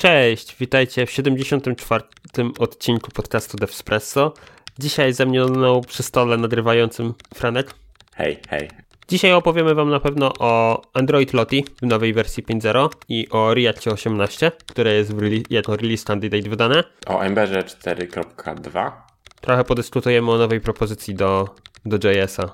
Cześć, witajcie w 74. odcinku podcastu Devspresso. Dzisiaj ze mną przy stole nagrywającym Franek. Hej, hej. Dzisiaj opowiemy wam na pewno o Android Lottie w nowej wersji 5.0 i o Reactie 18, które jest jako release candidate wydane. O Emberze 4.2. Trochę podyskutujemy o nowej propozycji do JS-a.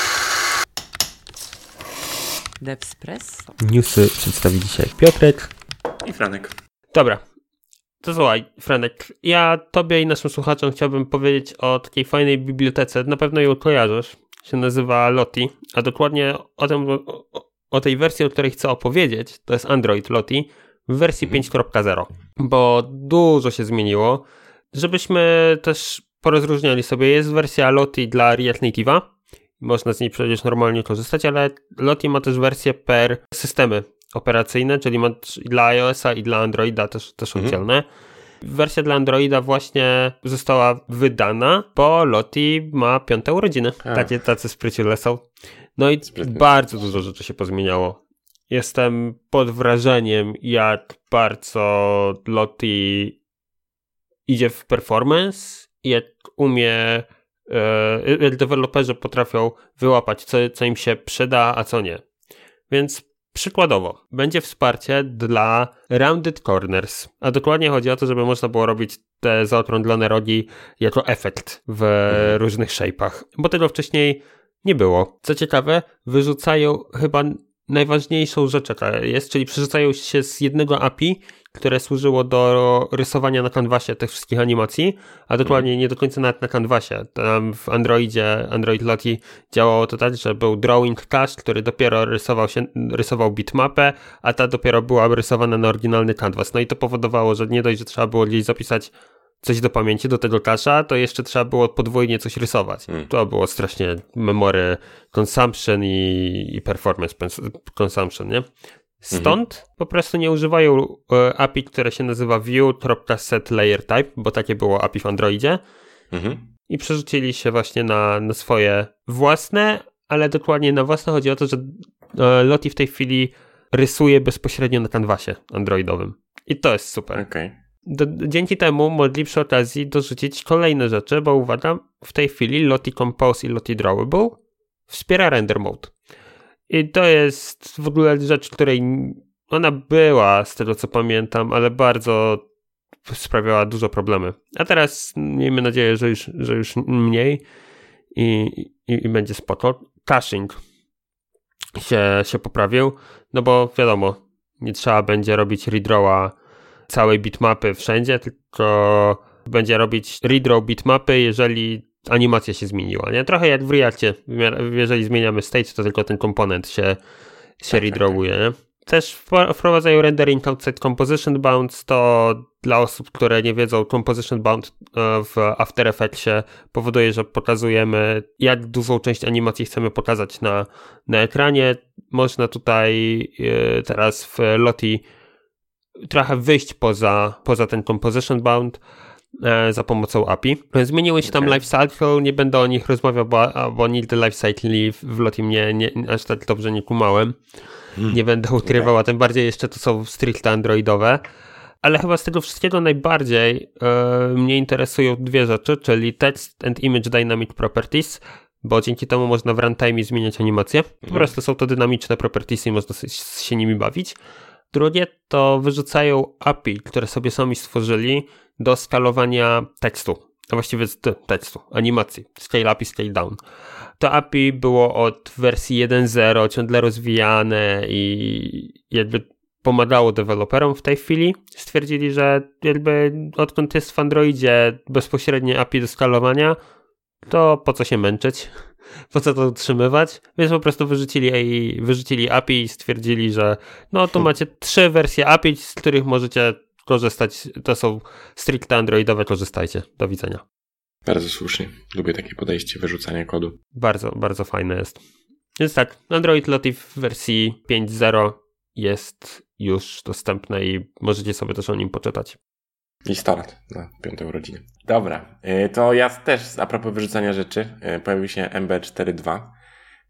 Devspresso. Newsy przedstawi dzisiaj Piotrek I Franek. Dobra, to słuchaj, Franek, ja tobie i naszym słuchaczom chciałbym powiedzieć o takiej fajnej bibliotece, na pewno ją kojarzysz, się nazywa Lottie, a dokładnie o tej wersji, o której chcę opowiedzieć, to jest Android Lottie w wersji 5.0, bo dużo się zmieniło, żebyśmy też porozróżniali sobie, jest wersja Lottie dla React Native'a, można z niej przecież normalnie korzystać, ale Lottie ma też wersję per systemy operacyjne, czyli ma dla iOS-a i dla Androida też oddzielne. Wersja dla Androida właśnie została wydana, bo Lottie ma 5. urodziny. Tacy spryciule są. No i bardzo dużo rzeczy się pozmieniało. Jestem pod wrażeniem, jak bardzo Lottie idzie w performance, jak umie, jak deweloperzy potrafią wyłapać, co im się przyda, a co nie. Więc przykładowo, będzie wsparcie dla rounded corners, a dokładnie chodzi o to, żeby można było robić te zaokrąglone rogi jako efekt w różnych shape'ach, bo tego wcześniej nie było. Co ciekawe, wyrzucają chyba najważniejszą rzecz, jaka jest, czyli przerzucają się z jednego API, które służyło do rysowania na kanwasie tych wszystkich animacji, a dokładnie nie do końca nawet na kanwasie. Tam w Android Lottie działało to tak, że był drawing cache, który dopiero rysował bitmapę, a ta dopiero była rysowana na oryginalny canvas. No i to powodowało, że nie dość, że trzeba było gdzieś zapisać coś do pamięci, do tego cache'a, to jeszcze trzeba było podwójnie coś rysować. To było strasznie memory consumption i performance consumption, nie? Stąd po prostu nie używają API, które się nazywa view.setLayerType, bo takie było API w Androidzie i przerzucili się właśnie na swoje własne, ale dokładnie na własne chodzi o to, że Lottie w tej chwili rysuje bezpośrednio na kanwasie androidowym i to jest super. Okay. Dzięki temu mogli przy okazji dorzucić kolejne rzeczy, bo uwaga, w tej chwili Lottie Compose i Lottie Drawable wspiera render mode. I to jest w ogóle rzecz, której ona była, z tego co pamiętam, ale bardzo sprawiała dużo problemy. A teraz miejmy nadzieję, że już mniej i będzie spoko. Caching się poprawił, no bo wiadomo, nie trzeba będzie robić redrawa całej bitmapy wszędzie, tylko będzie robić redraw bitmapy, jeżeli animacja się zmieniła, nie? Trochę jak w Reactie, jeżeli zmieniamy state, to tylko ten komponent się redrawuje, nie? Też wprowadzają rendering outside composition bounds, to dla osób, które nie wiedzą, composition bound w After Effectsie powoduje, że pokazujemy, jak dużą część animacji chcemy pokazać na ekranie. Można tutaj teraz w Lottie trochę wyjść poza ten composition bound za pomocą API. Zmieniły się tam lifecycle, nie będę o nich rozmawiał, bo nigdy lifecycle w Lottie mnie aż tak dobrze nie kumałem. Nie będę ukrywał, a tym bardziej jeszcze to są stricte androidowe. Ale chyba z tego wszystkiego najbardziej mnie interesują dwie rzeczy, czyli Text and Image Dynamic Properties, bo dzięki temu można w runtime zmieniać animacje. Po prostu są to dynamiczne propertiesy i można się nimi bawić. Drugie to wyrzucają API, które sobie sami stworzyli do skalowania tekstu, a właściwie tekstu, animacji, scale up i scale down. To API było od wersji 1.0 ciągle rozwijane i jakby pomagało deweloperom w tej chwili. Stwierdzili, że jakby odkąd jest w Androidzie bezpośrednie API do skalowania, to po co się męczyć? Po co to utrzymywać? Więc po prostu wyrzucili API i stwierdzili, że no to macie 3 wersje API, z których możecie korzystać. To są stricte androidowe, korzystajcie. Do widzenia. Bardzo słusznie. Lubię takie podejście wyrzucania kodu. Bardzo, bardzo fajne jest. Więc tak, Android Lottie w wersji 5.0 jest już dostępne i możecie sobie też o nim poczytać. I 100 lat na 5. urodziny. Dobra, to ja też a propos wyrzucania rzeczy, pojawił się Ember 4.2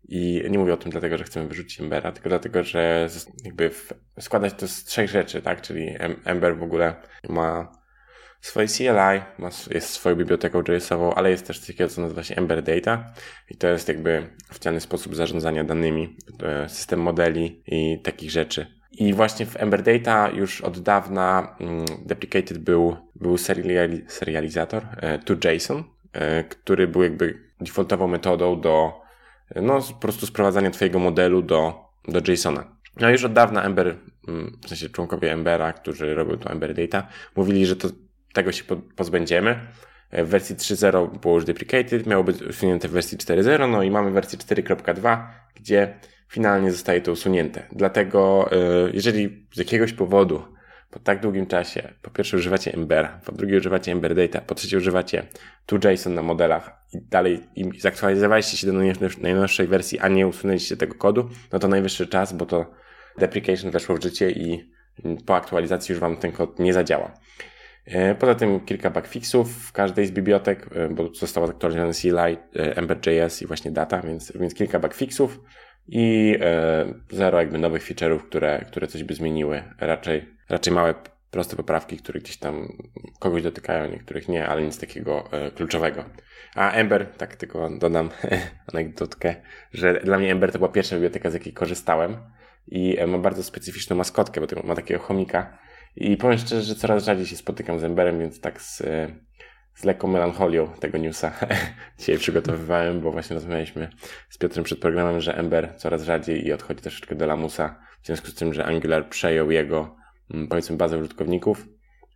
I nie mówię o tym dlatego, że chcemy wyrzucić Embera, tylko dlatego, że jakby składać to z 3 rzeczy, tak? Czyli Ember w ogóle ma swoje CLI, jest swoją biblioteką JS-ową, ale jest też coś takiego, co nazywa się Ember Data i to jest jakby oficjalny sposób zarządzania danymi, system modeli i takich rzeczy. I właśnie w Ember Data już od dawna deprecated był serializator toJSON, który był jakby defaultową metodą do po prostu sprowadzania twojego modelu do JSON-a. No już od dawna Ember, w sensie członkowie Embera, którzy robią to Ember Data, mówili, że tego się pozbędziemy. W wersji 3.0 było już deprecated, miało być usunięte w wersji 4.0, no i mamy wersję 4.2, gdzie finalnie zostaje to usunięte. Dlatego jeżeli z jakiegoś powodu po tak długim czasie, po pierwsze używacie Embera, po drugie używacie Ember Data, po trzecie używacie toJSON na modelach i dalej zaktualizowaliście się do najnowszej wersji, a nie usunęliście tego kodu, no to najwyższy czas, bo to deprecation weszło w życie i po aktualizacji już wam ten kod nie zadziała. Poza tym kilka bugfixów w każdej z bibliotek, bo został aktualizowany CLI, Ember.js i właśnie data, więc kilka bugfixów i zero jakby nowych feature'ów, które coś by zmieniły. Raczej małe, proste poprawki, które gdzieś tam kogoś dotykają, niektórych nie, ale nic takiego kluczowego. A Ember, tak tylko dodam anegdotkę, że dla mnie Ember to była pierwsza biblioteka, z jakiej korzystałem i ma bardzo specyficzną maskotkę, bo ma takiego chomika. I powiem szczerze, że coraz rzadziej się spotykam z Emberem, więc tak z lekką melancholią tego newsa dzisiaj przygotowywałem, bo właśnie rozmawialiśmy z Piotrem przed programem, że Ember coraz rzadziej i odchodzi troszeczkę do lamusa, w związku z tym, że Angular przejął jego, powiedzmy, bazę użytkowników,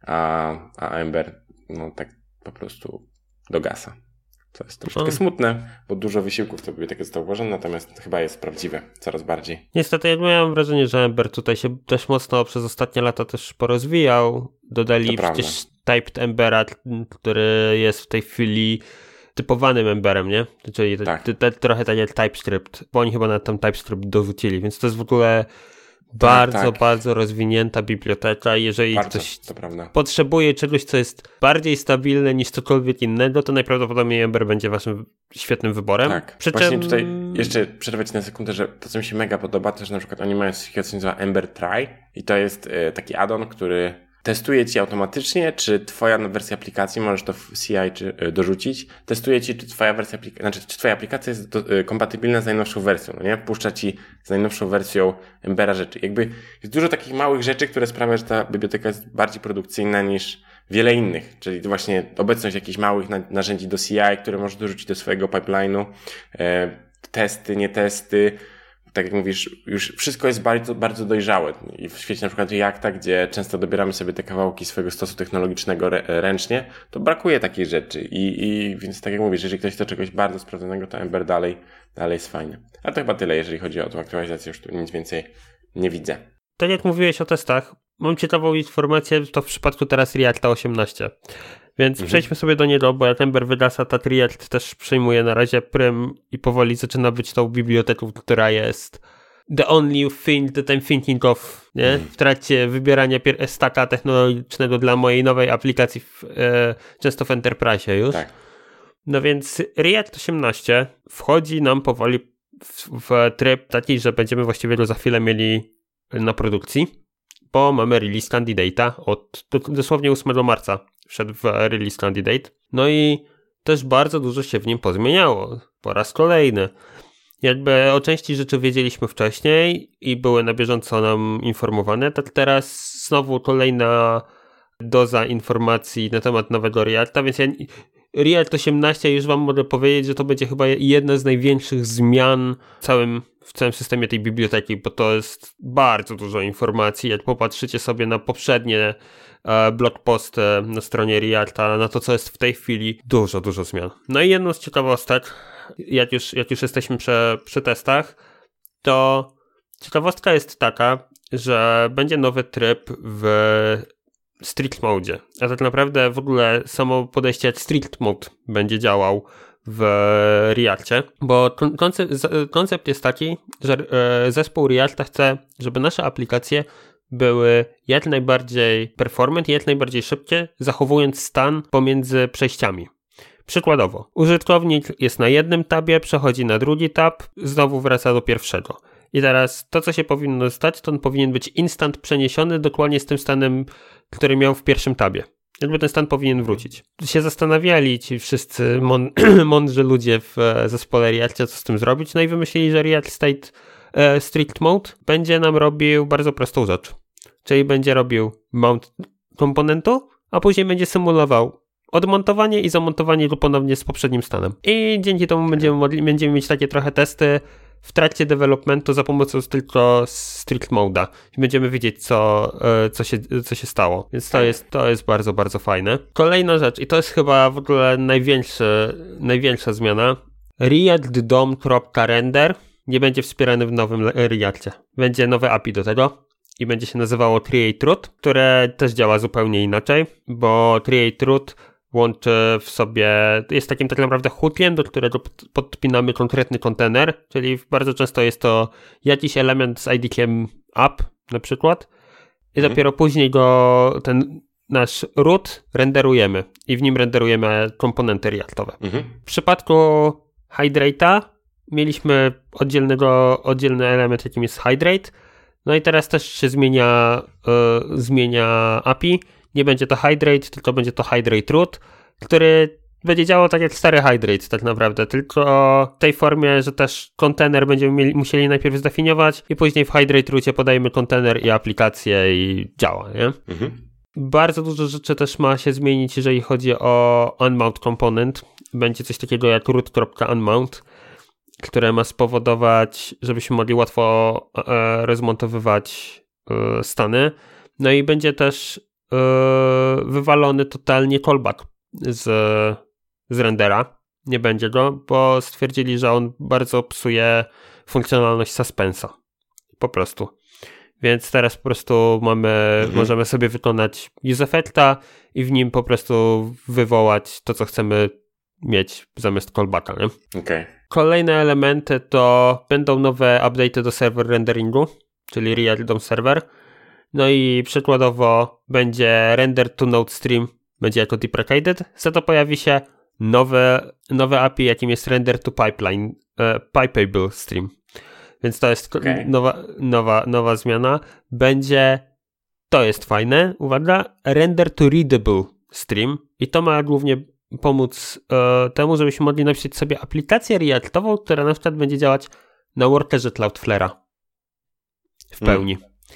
a Ember tak po prostu dogasa. To jest troszeczkę smutne, bo dużo wysiłków to biblioteka zostało włożone, natomiast chyba jest prawdziwe coraz bardziej. Niestety, ja miałem wrażenie, że Ember tutaj się dość mocno przez ostatnie lata też porozwijał. Dodali przecież typed Embera, który jest w tej chwili typowanym Emberem, nie? Czyli trochę tak jak TypeScript, bo oni chyba na tam TypeScript dorzucili, więc to jest w ogóle bardzo rozwinięta biblioteka. Jeżeli ktoś potrzebuje czegoś, co jest bardziej stabilne niż cokolwiek innego, to najprawdopodobniej Ember będzie waszym świetnym wyborem. Tak, właśnie tutaj jeszcze przerwę ci na sekundę, że to, co mi się mega podoba, to że na przykład oni mają coś takiego, co się nazywa Ember Try i to jest taki add-on, który testuje ci automatycznie, czy twoja wersja aplikacji, możesz to w CI dorzucić, testuje ci, czy twoja aplikacja jest kompatybilna z najnowszą wersją, no nie? Puszcza ci z najnowszą wersją Embera rzeczy. Jakby jest dużo takich małych rzeczy, które sprawiają, że ta biblioteka jest bardziej produkcyjna niż wiele innych, czyli właśnie obecność jakichś małych narzędzi do CI, które możesz dorzucić do swojego pipeline'u, testy, nie testy. Tak jak mówisz, już wszystko jest bardzo, bardzo dojrzałe. I w świecie na przykład Reacta, gdzie często dobieramy sobie te kawałki swojego stosu technologicznego ręcznie, to brakuje takich rzeczy. I więc tak jak mówisz, jeżeli ktoś chce czegoś bardzo sprawdzonego, to Ember dalej jest fajny. A to chyba tyle, jeżeli chodzi o tą aktualizację. Już tu nic więcej nie widzę. Tak jak mówiłeś o testach, mam ciekawą informację, to w przypadku teraz Reacta 18. Więc przejdźmy sobie do niego, bo jak Ember wygasa, tak React też przyjmuje na razie prym i powoli zaczyna być tą biblioteką, która jest the only thing that I'm thinking of, nie? W trakcie wybierania stacka technologicznego dla mojej nowej aplikacji często w Enterprise już. Tak. No więc React 18 wchodzi nam powoli w tryb taki, że będziemy właściwie go za chwilę mieli na produkcji, bo mamy release candidate'a od dosłownie 8 marca wszedł w release candidate. No i też bardzo dużo się w nim pozmieniało. Po raz kolejny. Jakby o części rzeczy wiedzieliśmy wcześniej i były na bieżąco nam informowane, tak teraz znowu kolejna doza informacji na temat nowego Reacta, więc React 18 już wam mogę powiedzieć, że to będzie chyba jedna z największych zmian w całym systemie tej biblioteki, bo to jest bardzo dużo informacji. Jak popatrzycie sobie na poprzednie blog posty na stronie Reacta, na to, co jest w tej chwili, dużo zmian. No i jedną z ciekawostek, jak już jesteśmy przy testach, to ciekawostka jest taka, że będzie nowy tryb w strict mode, a tak naprawdę w ogóle samo podejście jak strict mode będzie działał w Reactie, bo koncept jest taki, że zespół Reacta chce, żeby nasze aplikacje były jak najbardziej performant i jak najbardziej szybkie, zachowując stan pomiędzy przejściami. Przykładowo, użytkownik jest na jednym tabie, przechodzi na drugi tab, znowu wraca do pierwszego. I teraz to, co się powinno stać, to on powinien być instant przeniesiony dokładnie z tym stanem, który miał w pierwszym tabie. Jakby ten stan powinien wrócić. Się zastanawiali ci wszyscy mądrzy ludzie w zespole Reactia, co z tym zrobić, no i wymyślili, że React State Strict Mode będzie nam robił bardzo prostą rzecz. Czyli będzie robił mount komponentu, a później będzie symulował odmontowanie i zamontowanie go ponownie z poprzednim stanem. I dzięki temu będziemy mieć takie trochę testy w trakcie developmentu za pomocą tylko strict mode'a. Będziemy wiedzieć, co się stało. Więc to jest bardzo, bardzo fajne. Kolejna rzecz, i to jest chyba w ogóle największa zmiana. React DOM.render nie będzie wspierany w nowym Reactie. Będzie nowe API do tego i będzie się nazywało Create Root, które też działa zupełnie inaczej, bo Create Root łączy w sobie, jest takim tak naprawdę hookiem, do którego podpinamy konkretny kontener, czyli bardzo często jest to jakiś element z ID-kiem app na przykład i dopiero później ten nasz root renderujemy i w nim renderujemy komponenty reactowe. W przypadku Hydrate'a mieliśmy oddzielny element, jakim jest Hydrate, no i teraz też się zmienia API. Nie będzie to Hydrate, tylko będzie to Hydrate Root, który będzie działał tak jak stary Hydrate tak naprawdę, tylko w tej formie, że też kontener będziemy musieli najpierw zdefiniować i później w Hydrate Roocie podajemy kontener i aplikację i działa, nie? Bardzo dużo rzeczy też ma się zmienić, jeżeli chodzi o unmount component. Będzie coś takiego jak root.unmount, które ma spowodować, żebyśmy mogli łatwo rozmontowywać stany. No i będzie też wywalony totalnie callback z rendera. Nie będzie go, bo stwierdzili, że on bardzo psuje funkcjonalność suspensa. Po prostu. Więc teraz po prostu możemy sobie wykonać use effecta i w nim po prostu wywołać to, co chcemy mieć zamiast callbacka, nie? Okay. Kolejne elementy to będą nowe update'y do server renderingu, czyli React DOM Server. No i przykładowo będzie render to node stream, będzie jako deprecated. Za to pojawi się nowe API, jakim jest render to pipeline, pipeable stream. Więc to jest nowa zmiana. To jest fajne, uwaga, render to readable stream i to ma głównie pomóc temu, żebyśmy mogli napisać sobie aplikację reactową, która na przykład będzie działać na workerze Cloudflare'a w pełni.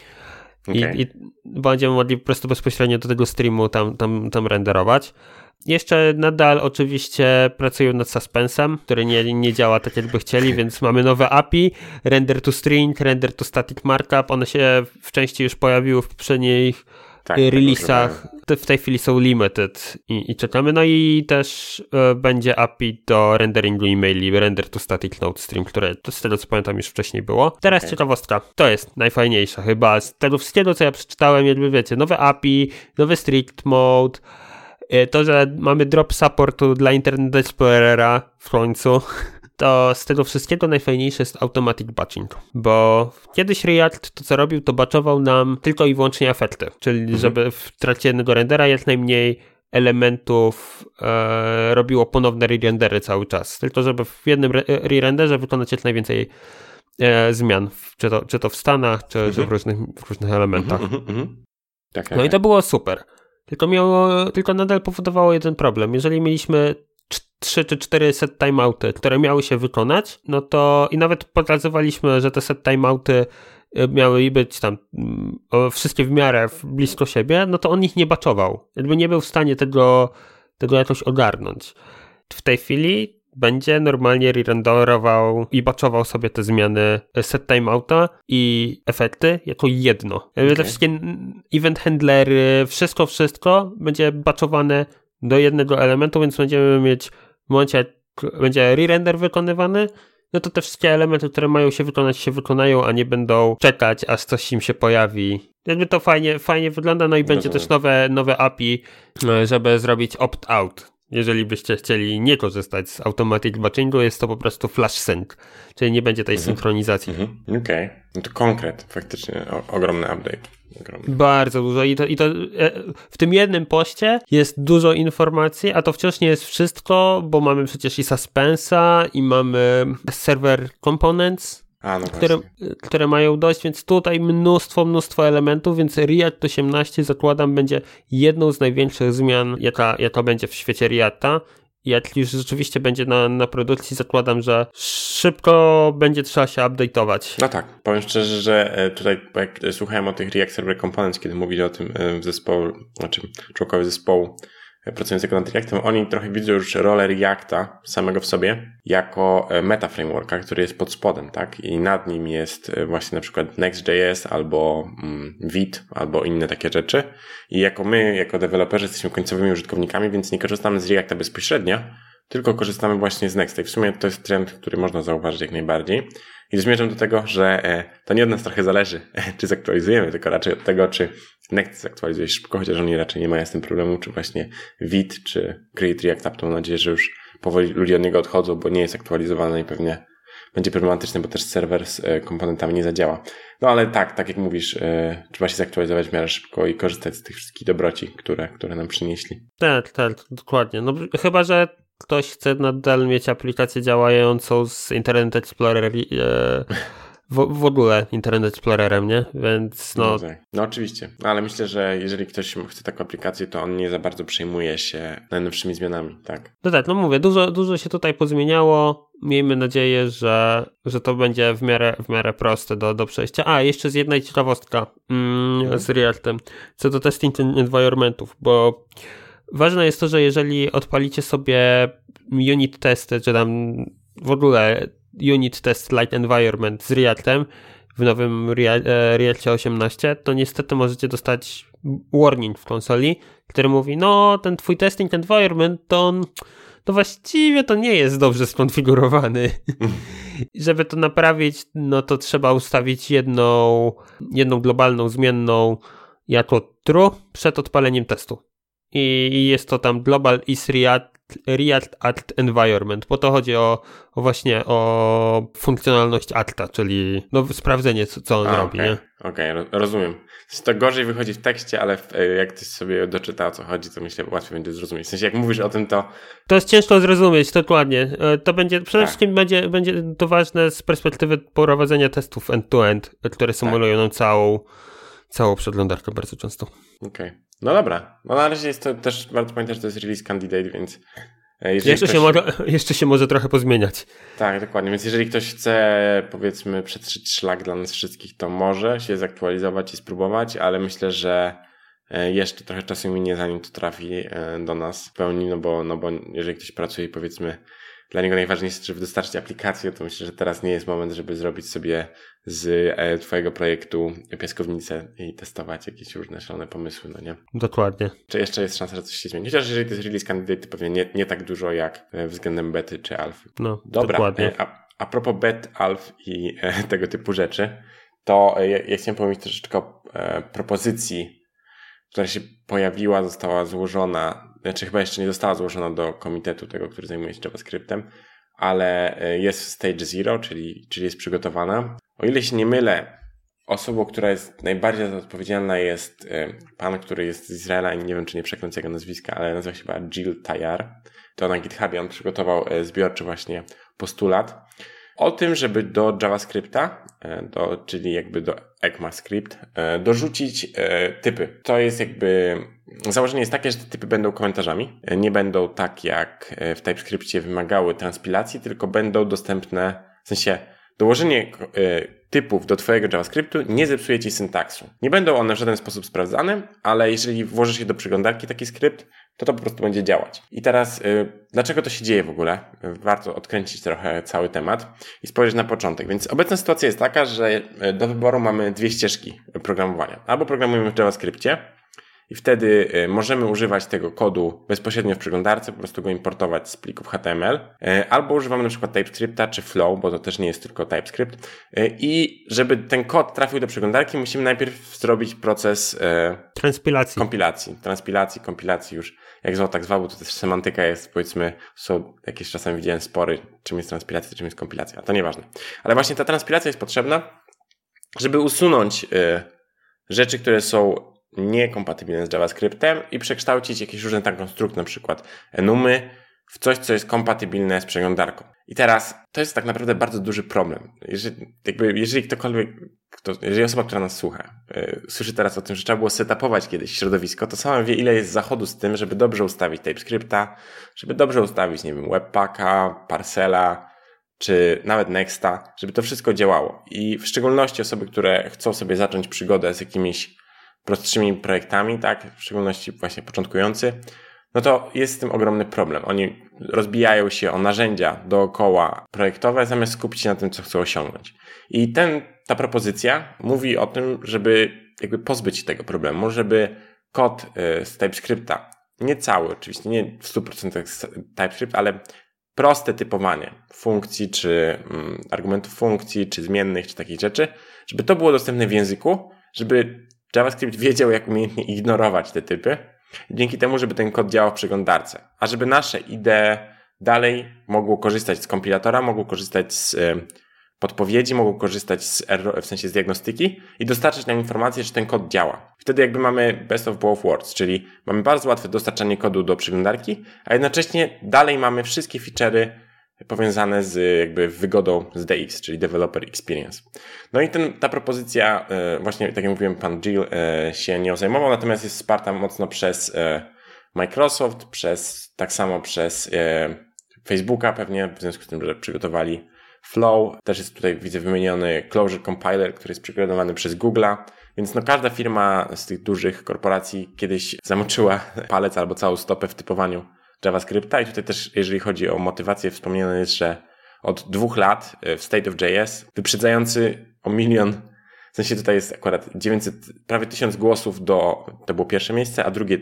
I będziemy mogli po prostu bezpośrednio do tego streamu tam renderować. Jeszcze nadal oczywiście pracują nad suspensem, który nie działa tak jakby chcieli, więc mamy nowe API, render to string, render to static markup, one się w części już pojawiły w poprzednich release'ach, w tej chwili są limited i czekamy. No i też będzie API do renderingu e-maili, render to static node stream, które z tego co pamiętam już wcześniej było. Teraz ciekawostka, to jest najfajniejsza chyba z tego wszystkiego, co ja przeczytałem, jakby wiecie, nowe API, nowy strict mode, to, że mamy drop supportu dla Internet Explorera w końcu, to z tego wszystkiego najfajniejsze jest automatic batching, bo kiedyś React to co robił, to batchował nam tylko i wyłącznie efekty, czyli żeby w trakcie jednego rendera jak najmniej elementów robiło ponowne re-rendery cały czas, tylko żeby w jednym re-renderze wykonać jak najwięcej zmian, czy to w stanach, czy w różnych elementach. No i to było super. Tylko nadal powodowało jeden problem. Jeżeli mieliśmy 3 czy 4 set timeouty, które miały się wykonać, no to i nawet pokazywaliśmy, że te set timeouty miały być tam wszystkie w miarę blisko siebie, no to on ich nie batchował. Jakby nie był w stanie tego jakoś ogarnąć. W tej chwili będzie normalnie re-renderował i batchował sobie te zmiany set timeouta i efekty jako jedno. Te wszystkie event handlery, wszystko będzie batchowane do jednego elementu, więc będziemy mieć w momencie, jak będzie re-render wykonywany, no to te wszystkie elementy, które mają się wykonać, się wykonają, a nie będą czekać, aż coś im się pojawi. Jakby to fajnie wygląda, no i będzie też nowe API, żeby zrobić opt-out. Jeżeli byście chcieli nie korzystać z automatic batchingu, jest to po prostu flash sync, czyli nie będzie tej synchronizacji. Okej. No to konkret, faktycznie ogromny update. Bardzo dużo i to w tym jednym poście jest dużo informacji, a to wciąż nie jest wszystko, bo mamy przecież i suspensa i mamy server components, które mają dość, więc tutaj mnóstwo elementów, więc React 18 zakładam będzie jedną z największych zmian, jaka będzie w świecie Reacta. Jak już rzeczywiście będzie na produkcji, zakładam, że szybko będzie trzeba się update'ować. No tak, powiem szczerze, że tutaj jak słuchałem o tych React Server Components, kiedy mówili o tym członkowie zespołu pracującego nad Reactem, oni trochę widzą już rolę Reacta samego w sobie jako meta frameworka, który jest pod spodem, tak? I nad nim jest właśnie na przykład Next.js albo Vite albo inne takie rzeczy. I jako deweloperzy jesteśmy końcowymi użytkownikami, więc nie korzystamy z Reacta bezpośrednio, tylko korzystamy właśnie z Nexta. I w sumie to jest trend, który można zauważyć jak najbardziej. I zmierzam do tego, że to nie od nas trochę zależy, czy zaktualizujemy, tylko raczej od tego, czy Next zaktualizuje szybko, chociaż oni raczej nie mają z tym problemu, czy właśnie Vite, czy Create React App. Mam nadzieję, że już powoli ludzie od niego odchodzą, bo nie jest aktualizowany i pewnie będzie problematyczny, bo też serwer z komponentami nie zadziała. No ale tak jak mówisz, trzeba się zaktualizować w miarę szybko i korzystać z tych wszystkich dobroci, które nam przynieśli. Tak, dokładnie. No chyba, że ktoś chce nadal mieć aplikację działającą z Internet Explorer w ogóle Internet Explorerem, nie? Więc No oczywiście, ale myślę, że jeżeli ktoś chce taką aplikację, to on nie za bardzo przejmuje się najnowszymi zmianami, tak? No tak, no mówię, dużo się tutaj pozmieniało. Miejmy nadzieję, że to będzie w miarę proste do przejścia. A, jeszcze z jednej ciekawostka z Reactem, co do testing environmentów, bo ważne jest to, że jeżeli odpalicie sobie unit testy, czy tam w ogóle unit test light environment z Reactem w nowym Reactie 18, to niestety możecie dostać warning w konsoli, który mówi, no ten twój testing environment to właściwie to nie jest dobrze skonfigurowany. Żeby to naprawić, no to trzeba ustawić jedną globalną zmienną jako true przed odpaleniem testu. I jest to tam global is React Act Environment, bo to chodzi właśnie o funkcjonalność acta, czyli sprawdzenie, co on robi. Okej, rozumiem. To gorzej wychodzi w tekście, ale jak ktoś sobie doczyta, o co chodzi, to myślę, łatwiej będzie zrozumieć. W sensie, jak mówisz o tym, to jest ciężko zrozumieć, dokładnie. To będzie, przede wszystkim będzie to ważne z perspektywy prowadzenia testów end-to-end, które symulują nam całą przeglądarkę bardzo często. Okej. No dobra. No na razie jest to też, warto pamiętać, że to jest release candidate, więc jeszcze się może trochę pozmieniać. Tak, dokładnie. Więc jeżeli ktoś chce, powiedzmy, przetrzeć szlak dla nas wszystkich, to może się zaktualizować i spróbować, ale myślę, że jeszcze trochę czasu minie, zanim to trafi do nas w pełni, no bo jeżeli ktoś pracuje, powiedzmy, dla niego najważniejsze jest, żeby dostarczyć aplikację, to myślę, że teraz nie jest moment, żeby zrobić sobie z twojego projektu piaskownicę i testować jakieś różne szalone pomysły, no nie? Dokładnie. Czy jeszcze jest szansa, że coś się zmieni? Chociaż jeżeli to jest release candidate, to pewnie nie tak dużo jak względem bety czy alfy. No, dobra. Dokładnie. A propos bet, alf i tego typu rzeczy, to ja chciałem powiedzieć troszeczkę o propozycji, która się pojawiła, została złożona, znaczy chyba jeszcze nie została złożona do komitetu tego, który zajmuje się JavaScriptem, ale jest w stage zero, czyli jest przygotowana. O ile się nie mylę, osobą, która jest najbardziej za to odpowiedzialna, jest pan, który jest z Izraela i nie wiem, czy nie przekręcę jego nazwiska, ale nazywa się chyba Gil Tayar. To na GitHubie on przygotował zbiorczy właśnie postulat o tym, żeby do JavaScripta, czyli jakby do ECMAScript, dorzucić typy. To jest jakby, założenie jest takie, że te typy będą komentarzami. Nie będą tak jak w TypeScriptie wymagały transpilacji, tylko będą dostępne, w sensie dołożenie typów do twojego JavaScriptu nie zepsuje ci syntaksu. Nie będą one w żaden sposób sprawdzane, ale jeżeli włożysz je do przeglądarki taki skrypt, to po prostu będzie działać. I teraz, dlaczego to się dzieje w ogóle? Warto odkręcić trochę cały temat i spojrzeć na początek. Więc obecna sytuacja jest taka, że do wyboru mamy dwie ścieżki programowania. Albo programujemy w JavaScriptie i wtedy możemy używać tego kodu bezpośrednio w przeglądarce, po prostu go importować z plików HTML, albo używamy na przykład TypeScripta czy Flow, bo to też nie jest tylko TypeScript, i żeby ten kod trafił do przeglądarki, musimy najpierw zrobić proces kompilacji już, jak zwał, tak zwał, bo to też semantyka jest, powiedzmy, są jakieś czasem widziałem spory, czym jest transpilacja, czym jest kompilacja, a to nieważne. Ale właśnie ta transpilacja jest potrzebna, żeby usunąć rzeczy, które są niekompatybilne z JavaScriptem i przekształcić jakieś różne tam konstrukty, na przykład enumy, w coś, co jest kompatybilne z przeglądarką. I teraz to jest tak naprawdę bardzo duży problem. Jeżeli jeżeli osoba, która nas słucha, słyszy teraz o tym, że trzeba było setupować kiedyś środowisko, to sama wie, ile jest zachodu z tym, żeby dobrze ustawić TypeScripta, żeby dobrze ustawić, nie wiem, Webpacka, Parcela, czy nawet Nexta, żeby to wszystko działało. I w szczególności osoby, które chcą sobie zacząć przygodę z jakimiś prostszymi projektami, tak, w szczególności właśnie początkujący, no to jest z tym ogromny problem. Oni rozbijają się o narzędzia dookoła projektowe, zamiast skupić się na tym, co chcą osiągnąć. I ta propozycja mówi o tym, żeby jakby pozbyć się tego problemu, żeby kod z TypeScripta, nie cały oczywiście, nie w 100% TypeScript, ale proste typowanie funkcji, czy argumentów funkcji, czy zmiennych, czy takich rzeczy, żeby to było dostępne w języku, żeby JavaScript wiedział, jak umiejętnie ignorować te typy, dzięki temu, żeby ten kod działał w przeglądarce. A żeby nasze IDE dalej mogło korzystać z kompilatora, mogło korzystać z podpowiedzi, mogło korzystać z w sensie z diagnostyki i dostarczyć nam informację, czy ten kod działa. Wtedy jakby mamy best of both worlds, czyli mamy bardzo łatwe dostarczanie kodu do przeglądarki, a jednocześnie dalej mamy wszystkie feature'y powiązane z jakby wygodą z DX, czyli Developer Experience. No i ta propozycja, właśnie tak jak mówiłem, pan Jill się nią zajmował, natomiast jest wsparta mocno przez Microsoft, tak samo przez Facebooka pewnie, w związku z tym, że przygotowali Flow. Też jest tutaj, widzę, wymieniony Clojure Compiler, który jest przygotowany przez Google'a, więc no każda firma z tych dużych korporacji kiedyś zamoczyła palec albo całą stopę w typowaniu JavaScripta i tutaj też, jeżeli chodzi o motywację, wspomniane jest, że od 2 lat w State of JS wyprzedzający o 1 milion, w sensie tutaj jest akurat 900, prawie 1000 głosów to było pierwsze miejsce, a drugie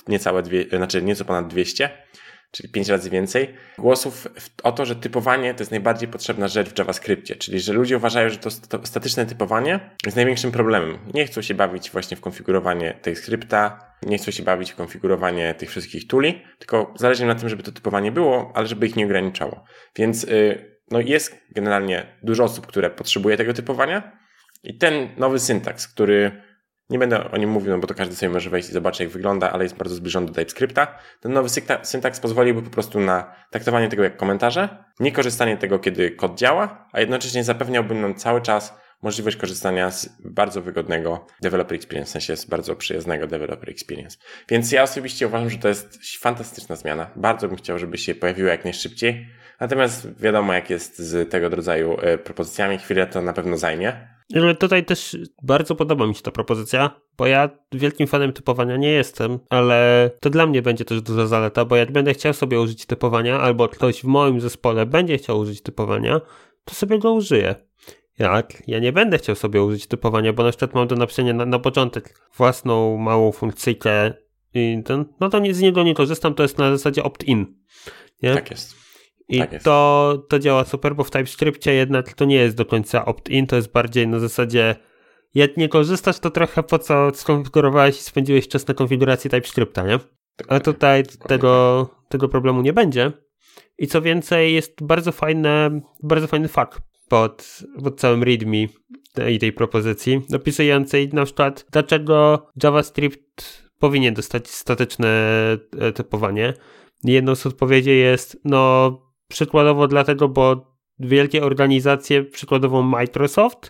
nieco ponad 200, czyli 5 razy więcej głosów o to, że typowanie to jest najbardziej potrzebna rzecz w JavaScriptie, czyli że ludzie uważają, że to statyczne typowanie jest największym problemem. Nie chcą się bawić właśnie w konfigurowanie TypeScripta, nie chcą się bawić w konfigurowanie tych wszystkich tooli, tylko zależy im na tym, żeby to typowanie było, ale żeby ich nie ograniczało. Więc no jest generalnie dużo osób, które potrzebuje tego typowania i ten nowy syntaks, który nie będę o nim mówił, no bo to każdy sobie może wejść i zobaczyć, jak wygląda, ale jest bardzo zbliżony do TypeScripta. Ten nowy syntaks pozwoliłby po prostu na traktowanie tego jak komentarze, nie korzystanie tego, kiedy kod działa, a jednocześnie zapewniałby nam cały czas możliwość korzystania z bardzo wygodnego Developer Experience, w sensie z bardzo przyjaznego Developer Experience. Więc ja osobiście uważam, że to jest fantastyczna zmiana. Bardzo bym chciał, żeby się pojawiła jak najszybciej. Natomiast wiadomo, jak jest z tego rodzaju propozycjami, chwilę to na pewno zajmie. Ale tutaj też bardzo podoba mi się ta propozycja, bo ja wielkim fanem typowania nie jestem, ale to dla mnie będzie też duża zaleta, bo jak będę chciał sobie użyć typowania, albo ktoś w moim zespole będzie chciał użyć typowania, to sobie go użyję. Jak ja nie będę chciał sobie użyć typowania, bo na przykład mam do napisania na początek własną małą funkcyjkę i no to z niego nie korzystam, to jest na zasadzie opt-in. Nie? Tak jest. I tak jest. To działa super, bo w TypeScriptie jednak to nie jest do końca opt-in, to jest bardziej na zasadzie jak nie korzystasz, to trochę po co skonfigurowałeś i spędziłeś czas na konfiguracji TypeScripta, nie? A tutaj tego problemu nie będzie. I co więcej, jest bardzo fajny fakt pod całym readme tej propozycji, opisującej na przykład, dlaczego JavaScript powinien dostać statyczne typowanie. Jedną z odpowiedzi jest, przykładowo dlatego, bo wielkie organizacje, przykładowo Microsoft,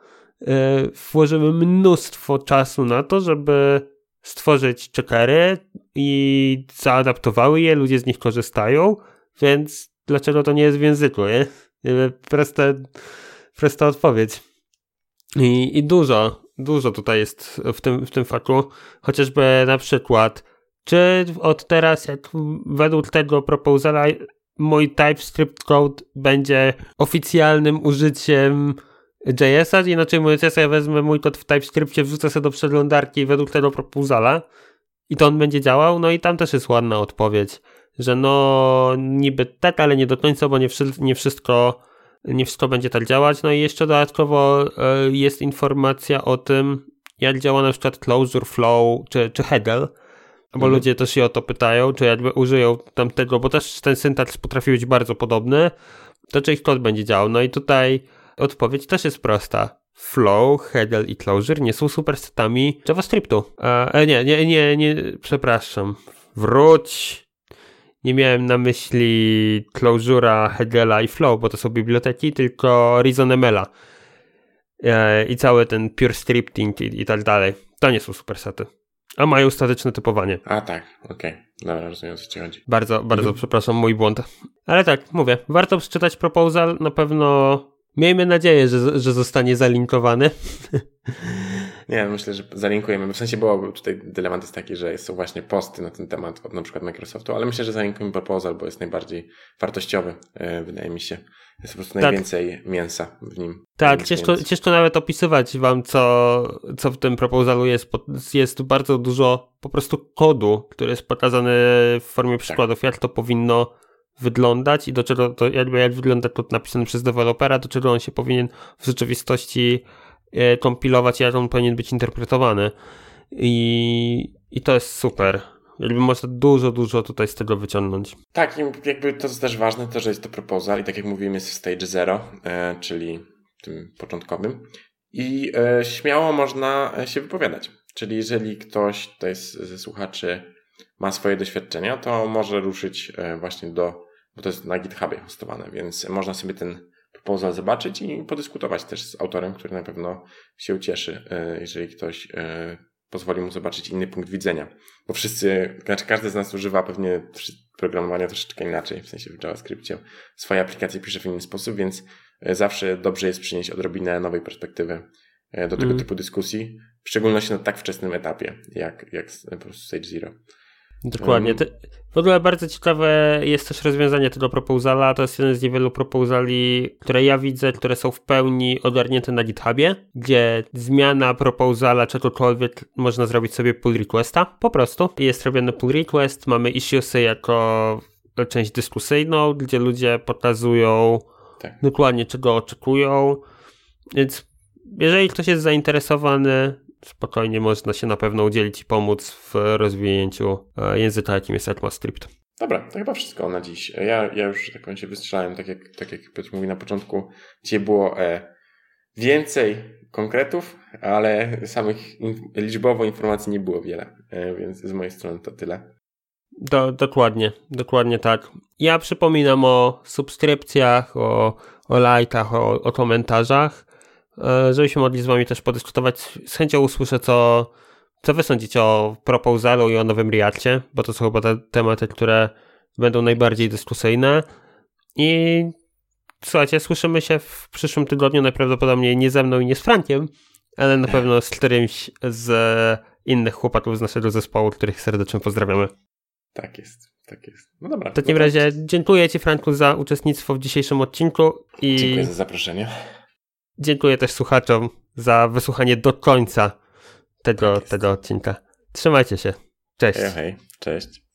włożyły mnóstwo czasu na to, żeby stworzyć checkery i zaadaptowały je, ludzie z nich korzystają, więc dlaczego to nie jest w języku, nie? Prosta odpowiedź. I dużo tutaj jest w tym faku, chociażby na przykład, czy od teraz, jak według tego proposala, mój TypeScript code będzie oficjalnym użyciem JS-a, inaczej mówiąc, ja wezmę mój kod w TypeScriptie, wrzucę sobie do przeglądarki według tego proposala, i to on będzie działał, no i tam też jest ładna odpowiedź, że no niby tak, ale nie do końca, bo nie wszystko będzie tak działać. No i jeszcze dodatkowo jest informacja o tym, jak działa na przykład Clojure, Flow czy Heddle, bo ludzie też się o to pytają, czy jakby użyją tamtego, bo też ten syntaks potrafi być bardzo podobny, to czy ich kod będzie działał. No i tutaj odpowiedź też jest prosta. Flow, Heddle i Clojure nie są supersetami JavaScriptu. Nie, przepraszam. Wróć. Nie miałem na myśli Clojure'a, Heddle'a i Flow, bo to są biblioteki, tylko ReasonML'a. I cały ten pure scripting i tak dalej. To nie są supersety. A mają statyczne typowanie. A tak, okej. Dobra, rozumiem, o co ci chodzi. Bardzo przepraszam, mój błąd. Ale tak, mówię, warto przeczytać proposal, na pewno miejmy nadzieję, że zostanie zalinkowany. Nie, myślę, że zalinkujemy. W sensie byłoby tutaj dylemat jest taki, że są właśnie posty na ten temat od na przykład Microsoftu, ale myślę, że zalinkujemy proposal, bo jest najbardziej wartościowy, wydaje mi się. Jest po prostu najwięcej mięsa w nim. Tak, ciężko nawet opisywać wam, co w tym proposalu jest. Jest bardzo dużo po prostu kodu, który jest pokazany w formie przykładów, jak to powinno wyglądać i do czego to, jak wygląda kod napisany przez dewelopera, do czego on się powinien w rzeczywistości kompilować, jak on powinien być interpretowany. I to jest super. Jakby można dużo tutaj z tego wyciągnąć. Tak, jakby to jest też ważne, to, że jest to proposal i tak jak mówiłem jest w stage 0, czyli tym początkowym i śmiało można się wypowiadać. Czyli jeżeli ktoś tutaj ze słuchaczy ma swoje doświadczenia, to może ruszyć właśnie bo to jest na GitHubie hostowane, więc można sobie ten proposal zobaczyć i podyskutować też z autorem, który na pewno się ucieszy, jeżeli ktoś pozwoli mu zobaczyć inny punkt widzenia. Bo każdy z nas używa pewnie programowania troszeczkę inaczej, w sensie w JavaScriptie swoje aplikacje pisze w inny sposób, więc zawsze dobrze jest przynieść odrobinę nowej perspektywy do tego typu dyskusji, w szczególności na tak wczesnym etapie, jak po prostu Stage Zero. Dokładnie. W ogóle bardzo ciekawe jest też rozwiązanie tego proposala. To jest jeden z niewielu proposali, które ja widzę, które są w pełni ogarnięte na GitHubie, gdzie zmiana proposala czegokolwiek można zrobić sobie pull requesta. Po prostu jest robiony pull request, mamy issuesy jako część dyskusyjną, gdzie ludzie pokazują dokładnie czego oczekują. Więc jeżeli ktoś jest zainteresowany, spokojnie można się na pewno udzielić i pomóc w rozwinięciu języka, jakim jest ECMAScript. Dobra, to chyba wszystko na dziś. Ja już, tak powiem, się wystrzelałem, tak jak Piotr mówi na początku. Dzisiaj było więcej konkretów, ale samych liczbowo informacji nie było wiele, więc z mojej strony to tyle. Dokładnie tak. Ja przypominam o subskrypcjach, o lajkach, o komentarzach, żebyśmy mogli z wami też podyskutować. Z chęcią usłyszę, co wy sądzicie o proposalu i o nowym Reactie, bo to są chyba te tematy, które będą najbardziej dyskusyjne. I słuchajcie, słyszymy się w przyszłym tygodniu, najprawdopodobniej nie ze mną i nie z Frankiem, ale na pewno z którymś z innych chłopaków z naszego zespołu, których serdecznie pozdrawiamy. Tak jest. No dobra. W takim razie dziękuję ci, Franku, za uczestnictwo w dzisiejszym odcinku. Dziękuję za zaproszenie. Dziękuję też słuchaczom za wysłuchanie do końca tego odcinka. Trzymajcie się. Cześć. Hej, cześć.